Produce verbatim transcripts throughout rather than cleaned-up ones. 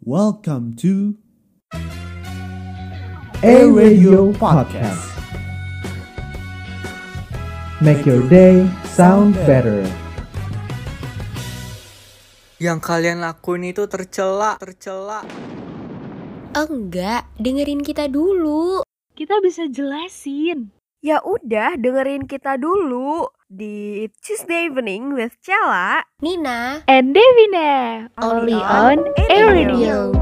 Welcome to A Radio Podcast. Make your day sound better. Yang kalian lakuin itu tercela, tercela. Enggak, dengerin kita dulu. Kita bisa jelasin. Ya udah, dengerin kita dulu di Tuesday Evening with Cella, Nina, and Devina, only on Air Radio.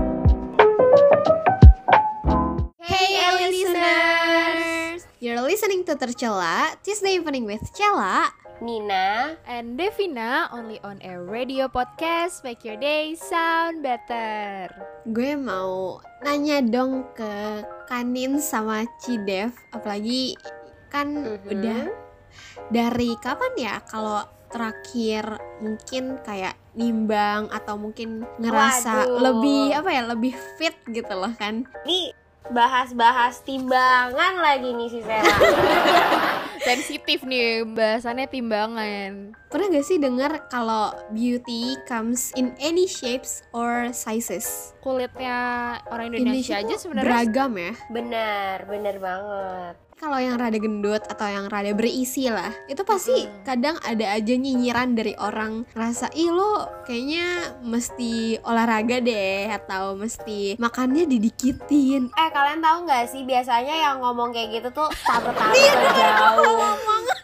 Hey Ellie listeners, you're listening to Tercela Tuesday Evening with Cella, Nina, And Devina, only on Air Radio Podcast. Make your day sound better. Gue mau nanya dong ke Kanin sama Cidev, apalagi kan Mhm. udah dari kapan ya kalau terakhir mungkin kayak nimbang atau mungkin ngerasa Waduh. lebih apa ya lebih fit gitu loh kan. nih bahas-bahas timbangan lagi nih si Sela. Sensitif nih bahasannya timbangan. Pernah gak sih dengar kalau beauty comes in any shapes or sizes? Kulitnya orang Indonesia, aja tuh sebenarnya beragam ya. Benar, benar banget. Kalau yang rada gendut atau yang rada berisi lah, itu pasti Mm-mm. kadang ada aja nyinyiran dari orang rasa, ih lo kayaknya mesti olahraga deh, atau mesti makannya didikitin. Eh kalian tahu nggak sih biasanya yang ngomong kayak gitu tuh tante-tante jauh.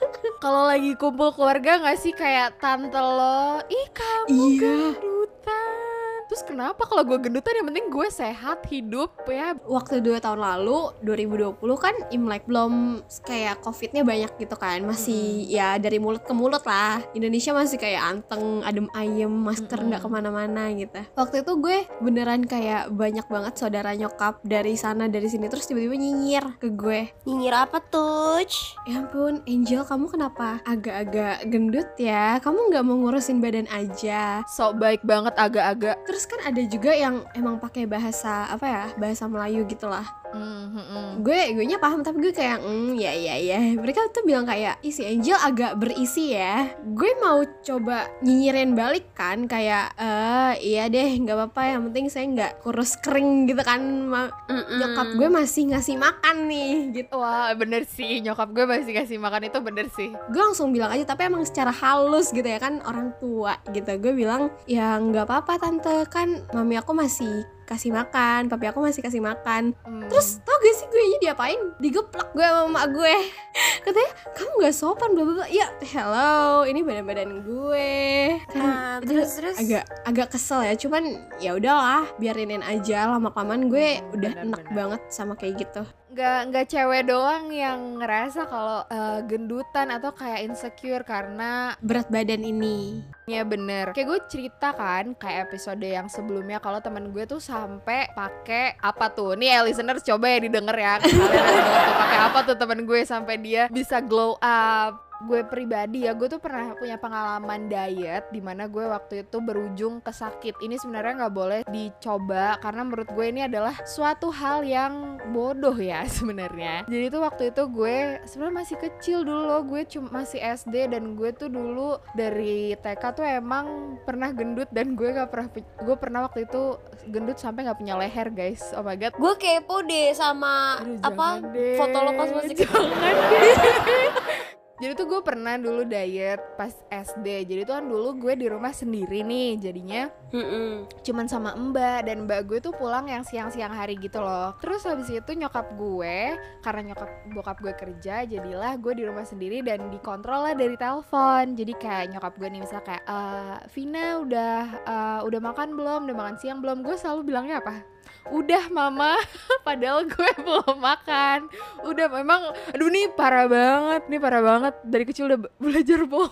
kalau lagi kumpul keluarga nggak sih kayak tante lo, ih kamu Iya. gendutan. Terus kenapa kalau gue gendutan yang penting gue sehat hidup ya. Waktu dua tahun lalu, dua ribu dua puluh kan Imlek, belum kayak covidnya banyak gitu kan. Masih ya dari mulut ke mulut lah. Indonesia masih kayak anteng, adem ayem, masker nggak kemana-mana gitu. Waktu itu gue beneran kayak banyak banget saudara nyokap dari sana dari sini, terus tiba-tiba nyinyir ke gue. Nyinyir apa tuh? Ya ampun, Angel kamu kenapa agak-agak gendut ya? Kamu nggak mau ngurusin badan aja? Sok baik banget agak-agak. Terus kan ada juga yang emang pakai bahasa apa ya, bahasa Melayu gitulah. Mm-hmm. Gue gue nya paham, tapi gue kayak hmm ya ya ya. Mereka tuh bilang kayak, ih si Angel agak berisi ya. Gue mau coba nyinyirin balik kan, kayak eh iya deh nggak apa-apa, yang penting saya nggak kurus kering gitu kan. Ma- nyokap gue masih ngasih makan nih gitu. Wah bener sih, nyokap gue masih kasih makan itu bener sih. Gue langsung bilang aja, tapi emang secara halus gitu ya kan, orang tua gitu. Gue bilang ya nggak apa-apa tante, kan mami aku masih kasih makan, papi aku masih kasih makan. Hmm. Terus tau gak sih gue nya diapain? Digeplak gue sama emak gue. Katanya kamu gak sopan bla bla bla. Ya hello, ini badan-badan gue. Kan Ah, itu terus terus agak agak kesel ya. Cuman ya udahlah, biarinin aja. Lama-kelamaan gue udah enak benar-benar. banget sama kayak gitu. Nggak nggak cewek doang yang ngerasa kalau eh, gendutan atau kayak insecure karena Berat badan ini. ya bener. Kayak gue cerita kan kayak episode yang sebelumnya kalau temen gue tuh sampai pakai apa tuh? Nih ya listeners coba ya didengar ya. Kalian ada denger tuh pakai apa tuh temen gue sampai dia bisa glow up. Gue pribadi ya, gue tuh pernah punya pengalaman diet dimana gue waktu itu berujung ke sakit. Ini sebenarnya nggak boleh dicoba karena menurut gue ini adalah suatu hal yang bodoh ya sebenarnya. Jadi tuh waktu itu gue sebenarnya masih kecil dulu, gue cuma masih S D dan gue tuh dulu dari T K tuh emang pernah gendut dan gue nggak pernah gue pernah waktu itu gendut sampai nggak punya leher guys. Oh my god. gue kepo deh sama Aduh, apa jangan deh. foto lo pas masih kecil. Jangan deh. Jadi tuh gue pernah dulu diet pas S D. Jadi tuh kan dulu gue di rumah sendiri nih. Jadinya Mm-mm. cuman sama mbak. Dan mbak gue tuh pulang yang siang-siang hari gitu loh. Terus habis itu nyokap gue, karena nyokap bokap gue kerja, jadilah gue di rumah sendiri dan dikontrol lah dari telepon. Jadi kayak nyokap gue nih misalnya kayak eh Vina udah eh, udah makan belum? Udah makan siang belum? Gue selalu bilangnya apa? Udah mama. Padahal gue belum makan. Udah memang, aduh nih parah banget. Nih parah banget. Dari kecil udah be- belajar bohong.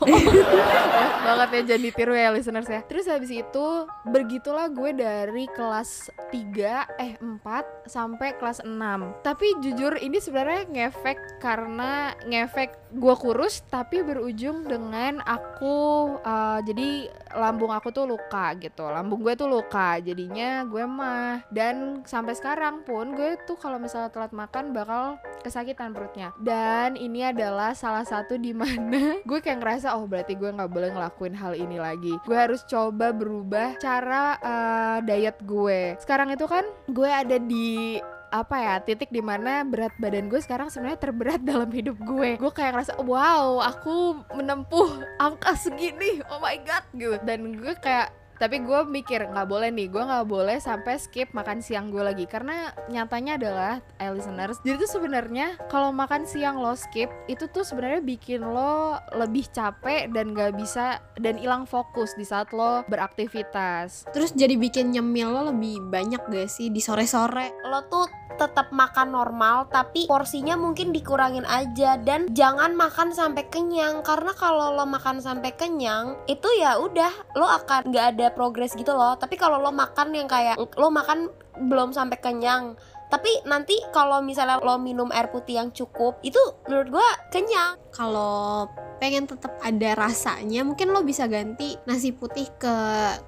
Maaf banget ya, jangan ditiru ya listeners ya. Terus habis itu begitulah gue dari kelas tiga eh empat sampai kelas enam. Tapi jujur ini sebenarnya ngefek karena ngefek gue kurus, tapi berujung dengan aku uh, jadi lambung aku tuh luka gitu, lambung gue tuh luka, jadinya gue mah. Dan sampai sekarang pun gue tuh kalau misalnya telat makan bakal kesakitan perutnya. Dan ini adalah salah satu di mana gue kayak ngerasa oh berarti gue nggak boleh ngelakuin hal ini lagi. Gue harus coba berubah cara uh, diet gue. Sekarang itu kan gue ada di apa ya, titik dimana berat badan gue sekarang sebenarnya terberat dalam hidup gue. Gue kayak ngerasa wow, aku menempuh angka segini, oh my god gitu. Dan gue kayak, tapi gue mikir nggak boleh nih, gue nggak boleh sampai skip makan siang gue lagi, karena nyatanya adalah eh, listeners, jadi tuh sebenarnya kalau makan siang lo skip itu tuh sebenarnya bikin lo lebih capek dan nggak bisa dan hilang fokus di saat lo beraktivitas. Terus jadi bikin nyemil lo lebih banyak gak sih di sore-sore? Lo tuh tetap makan normal tapi porsinya mungkin dikurangin aja, dan jangan makan sampai kenyang, karena kalau lo makan sampai kenyang itu ya udah lo akan nggak ada progres gitu loh. Tapi kalau lo makan yang kayak lo makan belum sampai kenyang, tapi nanti kalau misalnya lo minum air putih yang cukup, itu menurut gue kenyang. Kalau pengen tetap ada rasanya, mungkin lo bisa ganti nasi putih ke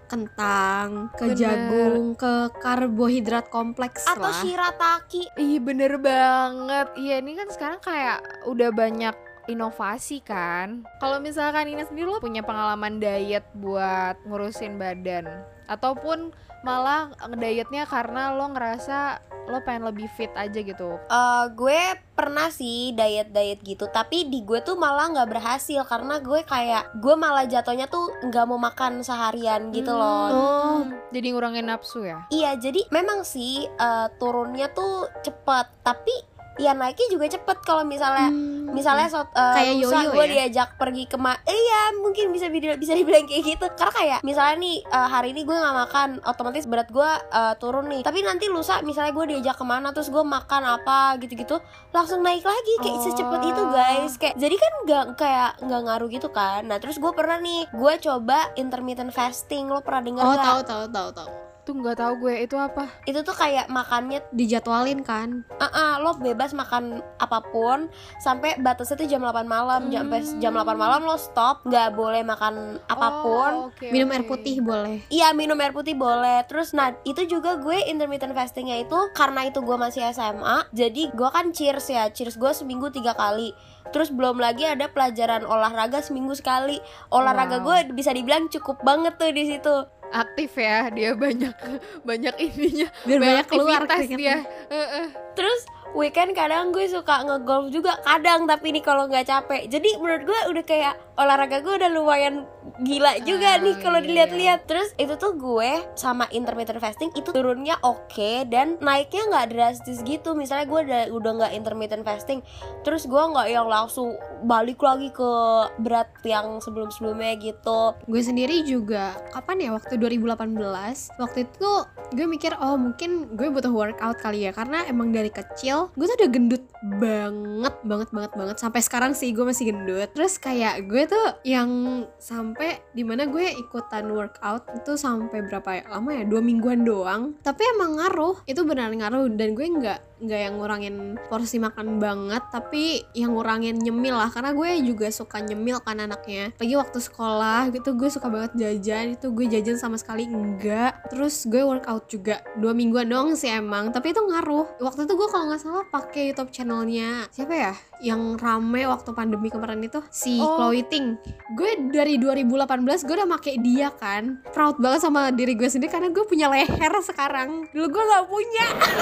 kentang, ke Bener. jagung, ke karbohidrat kompleks Atau lah. shirataki. Ih bener banget. Iya ini kan sekarang kayak udah banyak inovasi kan. Kalau misalkan Ina sendiri lo punya pengalaman diet buat ngurusin badan, ataupun malah ngedietnya karena lo ngerasa lo pengen lebih fit aja gitu? Uh, gue pernah sih diet-diet gitu, tapi di gue tuh malah nggak berhasil karena gue kayak gue malah jatuhnya tuh nggak mau makan seharian gitu loh. Oh, jadi ngurangin nafsu ya? Iya, jadi memang sih uh, turunnya tuh cepet, tapi ya naiknya juga cepet kalau misalnya Hmm. misalnya so, uh, Kayak lusa yoyo gue ya? diajak pergi ke ma- eh, iya mungkin bisa bisa bisa dibilang kayak gitu, karena kayak misalnya nih uh, hari ini gue nggak makan, otomatis berat gue uh, turun nih, tapi nanti lusa misalnya gue diajak kemana terus gue makan apa gitu-gitu langsung naik lagi kayak Oh. secepat itu guys, kayak jadi kan nggak kayak nggak ngaruh gitu kan. Nah terus gue pernah nih gue coba intermittent fasting, lo pernah dengar Oh, nggak? tahu tahu tahu tahu. Tuh nggak tahu gue itu apa. Itu tuh kayak makannya Dijadwalin kan? Uh-uh, lo bebas makan apapun sampai batasnya tuh jam delapan malam. Jam sampai jam delapan malam lo stop, nggak boleh makan apapun. Oh, oke, Minum oke. air putih boleh. Iya, minum air putih boleh. Terus nah itu juga gue intermittent fastingnya itu karena itu gue masih S M A. Jadi gue kan cheers ya, cheers gue seminggu tiga kali. Terus belum lagi ada pelajaran olahraga seminggu sekali. Olahraga Wow. gue bisa dibilang cukup banget tuh di situ. Aktif ya, dia banyak banyak ininya, Biar banyak keluar aktivitas dia. keringetnya. Heeh. Terus weekend kadang gue suka ngegolf juga kadang, tapi nih kalau nggak capek. Jadi menurut gue udah kayak olahraga gue udah lumayan gila juga Ah, nih kalau iya, dilihat-lihat. Terus itu tuh gue sama intermittent fasting itu turunnya oke dan naiknya nggak drastis gitu. Misalnya gue udah udah nggak intermittent fasting, terus gue nggak yang langsung balik lagi ke berat yang sebelum-sebelumnya gitu. Gue sendiri juga kapan ya, waktu dua ribu delapan belas, waktu itu gue mikir oh mungkin gue butuh workout kali ya, karena emang dari kecil gue tuh udah gendut banget banget banget banget sampai sekarang sih gue masih gendut. Terus kayak gue tuh yang sampai dimana gue ikutan workout itu sampai berapa ya lama ya, dua mingguan doang, tapi emang ngaruh, itu benar ngaruh. Dan gue nggak nggak yang ngurangin porsi makan banget, tapi yang ngurangin nyemil lah, karena gue juga suka nyemil kan anaknya. Lagi waktu sekolah gitu gue suka banget jajan, itu gue jajan sama sekali enggak. Terus gue workout juga dua mingguan doang sih emang, tapi itu ngaruh. Waktu itu gue kalau nggak salah pakai YouTube channelnya siapa ya yang rame waktu pandemi kemarin itu, si Oh. Chloe Ting. Gue dari dua ribu delapan belas gue udah pakai dia kan, proud banget sama diri gue sendiri karena gue punya leher sekarang, dulu gue nggak punya.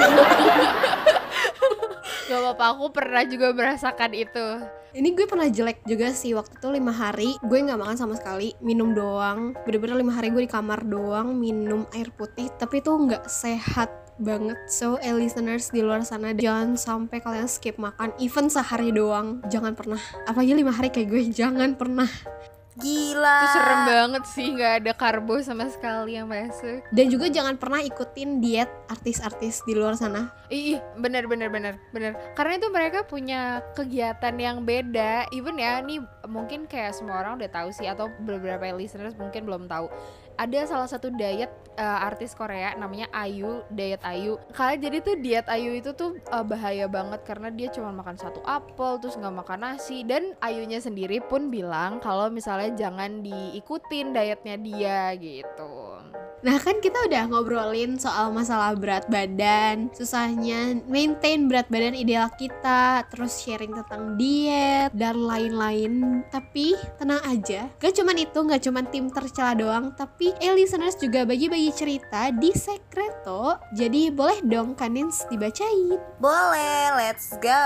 Gak apa-apa, aku pernah juga merasakan itu. Ini gue pernah jelek juga sih, waktu itu lima hari gue nggak makan sama sekali, minum doang, bener-bener lima hari gue di kamar doang, minum air putih, tapi itu nggak sehat banget. So eh, listeners di luar sana, jangan sampai kalian skip makan even sehari doang, jangan pernah. Apalagi lima hari kayak gue, jangan pernah. Gila. Itu serem banget sih, nggak ada karbo sama sekali yang masuk. Dan juga jangan pernah ikutin diet artis-artis di luar sana. Ih, bener bener bener bener. Karena itu mereka punya kegiatan yang beda. Even ya, nih mungkin kayak semua orang udah tahu sih, atau beberapa listeners mungkin belum tahu. ada salah satu diet uh, artis Korea namanya Ayu, diet Ayu. Karena jadi tuh diet Ayu itu tuh uh, bahaya banget karena dia cuma makan satu apel terus nggak makan nasi, dan Ayunya sendiri pun bilang kalau misalnya jangan diikutin dietnya dia gitu. Nah kan kita udah ngobrolin soal masalah berat badan, susahnya maintain berat badan ideal kita, terus sharing tentang diet dan lain-lain. Tapi tenang aja, gak cuman itu, gak cuman tim tercela doang, tapi e-listeners juga bagi-bagi cerita di Secreto. Jadi boleh dong Kanins dibacain. Boleh, let's go.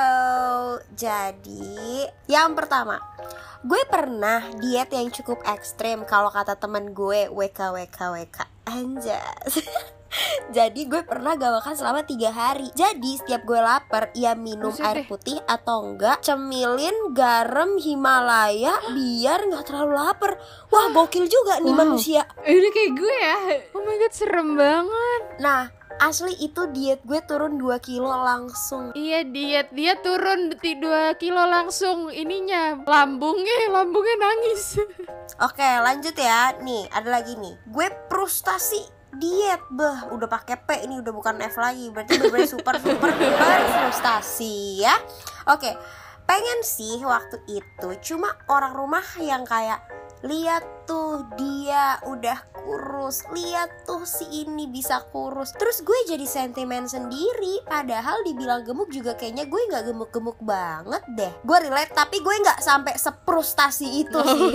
Jadi yang pertama, gue pernah diet yang cukup ekstrim kalau kata temen gue, W K W K W K anjas. Jadi gue pernah gak makan selama tiga hari. Jadi setiap gue lapar, ya minum Maksudnya? air putih atau enggak cemilin garam Himalaya biar gak terlalu lapar. Wah gokil juga nih Wow. manusia. Eh, udah kayak gue ya. Oh my god, serem banget. Nah asli itu diet gue turun dua kilo langsung. Iya, diet dia turun dua kilo langsung ininya, lambungnya, lambungnya nangis. Oke lanjut ya. Nih ada lagi nih. Gue frustasi diet, beh udah pakai P ini, udah bukan F lagi, berarti bener-bener super super duper frustasi ya. Oke, pengen sih waktu itu cuma orang rumah yang kayak lihat tuh dia udah kurus, lihat tuh si ini bisa kurus. Terus gue jadi sentimen sendiri, padahal dibilang gemuk juga kayaknya gue nggak gemuk-gemuk banget deh. Gue relate, tapi gue nggak sampai seprustasi itu sih.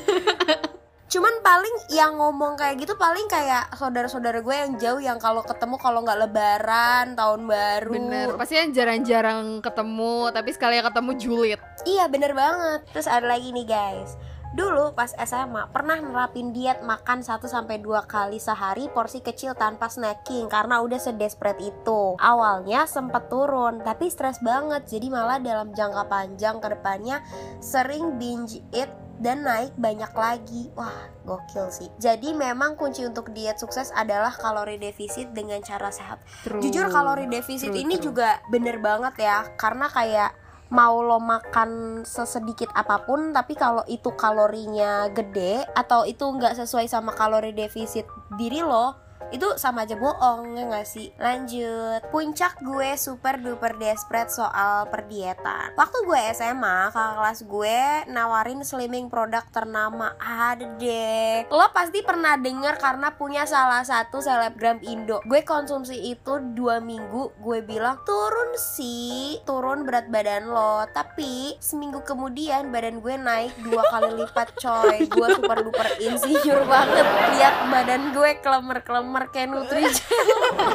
Cuman paling yang ngomong kayak gitu paling kayak saudara-saudara gue yang jauh, yang kalau ketemu kalau nggak lebaran, tahun baru. Bener, pastinya jarang-jarang ketemu, tapi sekali ketemu julid. Iya bener banget. Terus ada lagi nih guys, dulu pas S M A pernah nerapin diet makan satu sampai dua kali sehari porsi kecil tanpa snacking karena udah sedesperate itu. Awalnya sempet turun tapi stres banget, jadi malah dalam jangka panjang ke depannya sering binge eat dan naik banyak lagi. Wah gokil sih. Jadi memang kunci untuk diet sukses adalah kalori defisit dengan cara sehat. True. Jujur kalori defisit True, ini true. juga bener banget ya, karena kayak mau lo makan sesedikit apapun, tapi kalau itu kalorinya gede atau itu nggak sesuai sama kalori defisit diri lo, itu sama aja bohong, ya nggak sih? Lanjut, puncak gue super duper desperate soal perdietan. Waktu gue S M A, kakak kelas gue nawarin slimming produk ternama. Ada deh, lo pasti pernah denger karena punya salah satu selebgram Indo. Gue konsumsi itu dua minggu, gue bilang turun sih, turun berat badan lo. Tapi seminggu kemudian badan gue naik dua kali lipat coy. Gue super duper insecure banget lihat badan gue klemer-klemer kayak Nutrijel.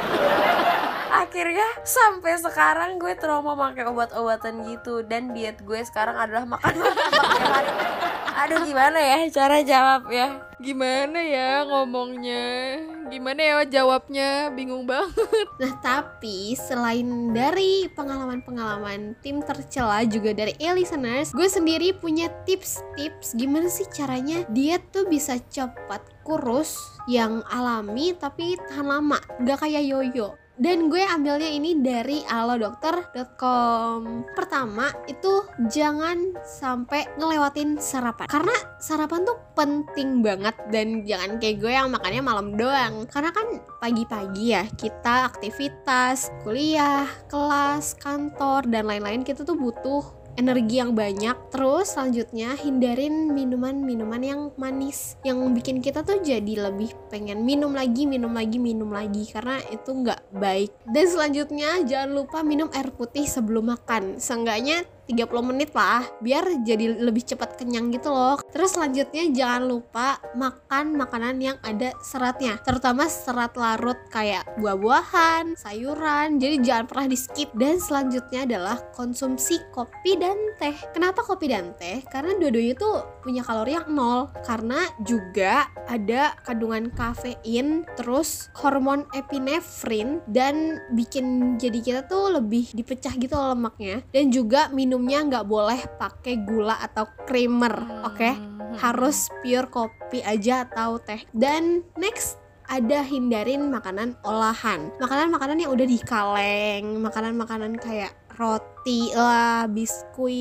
Akhirnya sampai sekarang gue trauma pakai obat-obatan gitu, dan diet gue sekarang adalah makan martabak tiap hari. Aduh gimana ya cara jawabnya? Gimana ya ngomongnya? Gimana ya jawabnya? Bingung banget. Nah tapi selain dari pengalaman-pengalaman tim tercela juga dari e-listeners, gue sendiri punya tips-tips gimana sih caranya diet tuh bisa cepat kurus yang alami tapi tahan lama, gak kayak yoyo. Dan gue ambilnya ini dari alodokter dot com. Pertama itu jangan sampai ngelewatin sarapan, karena sarapan tuh penting banget. Dan jangan kayak gue yang makannya malam doang, karena kan pagi-pagi ya kita aktivitas, kuliah, kelas, kantor, dan lain-lain, kita tuh butuh energi yang banyak. Terus selanjutnya hindarin minuman-minuman yang manis, yang bikin kita tuh jadi lebih pengen minum lagi, minum lagi, minum lagi, karena itu nggak baik. Dan selanjutnya jangan lupa minum air putih sebelum makan, seenggaknya tiga puluh menit lah, biar jadi lebih cepat kenyang gitu loh. Terus selanjutnya jangan lupa makan makanan yang ada seratnya, terutama serat larut kayak buah-buahan, sayuran, jadi jangan pernah di skip. Dan selanjutnya adalah konsumsi kopi dan teh. Kenapa kopi dan teh? Karena dua-duanya tuh punya kalori yang nol, karena juga ada kandungan kafein, terus hormon epinefrin, dan bikin jadi kita tuh lebih dipecah gitu loh lemaknya. Dan juga minumnya nggak boleh pakai gula atau creamer, oke? Okay? Harus pure kopi aja atau teh. Dan next ada hindarin makanan olahan, makanan-makanan yang udah dikaleng, makanan-makanan kayak roti lah, biskuit,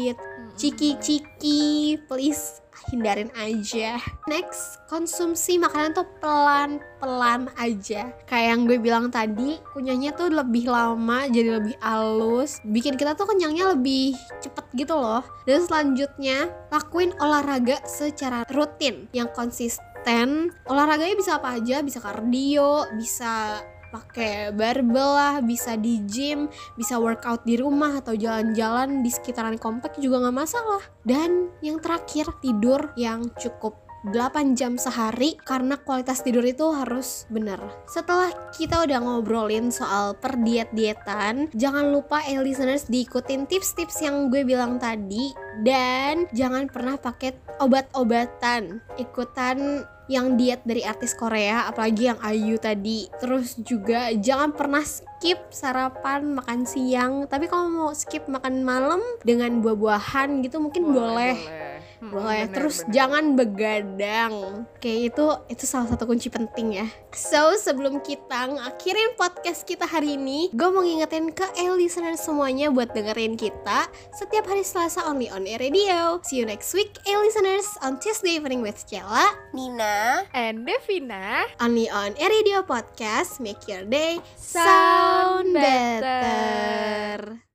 ciki-ciki, please hindarin aja. Next, konsumsi makanan tuh pelan-pelan aja. Kayak yang gue bilang tadi, kunyahnya tuh lebih lama, jadi lebih halus, bikin kita tuh kenyangnya lebih cepet gitu loh. Dan selanjutnya, lakuin olahraga secara rutin yang konsisten. Olahraganya bisa apa aja, bisa kardio, bisa pakai barbel lah, bisa di gym, bisa workout di rumah atau jalan-jalan di sekitaran komplek juga nggak masalah. Dan yang terakhir, tidur yang cukup delapan jam sehari, karena kualitas tidur itu harus benar. Setelah kita udah ngobrolin soal perdiet-dietan, jangan lupa eh listeners diikutin tips-tips yang gue bilang tadi, dan jangan pernah pakai obat-obatan. Ikutan yang diet dari artis Korea, apalagi yang Ayu tadi. Terus juga jangan pernah skip sarapan, makan siang. Tapi kalau mau skip makan malam dengan buah-buahan gitu mungkin boleh. Boleh. Hmm, Boleh. bener, Terus bener. jangan begadang. Kayak itu itu salah satu kunci penting ya. So, sebelum kita ngakhirin podcast kita hari ini, gue mau ngingetin ke eh listener semuanya buat dengerin kita setiap hari Selasa only on Air Radio. See you next week, eh listeners, on Tuesday Evening with Cella. Nina, And Devina, Only on Air Radio Podcast. Make your day Sound sound better. better.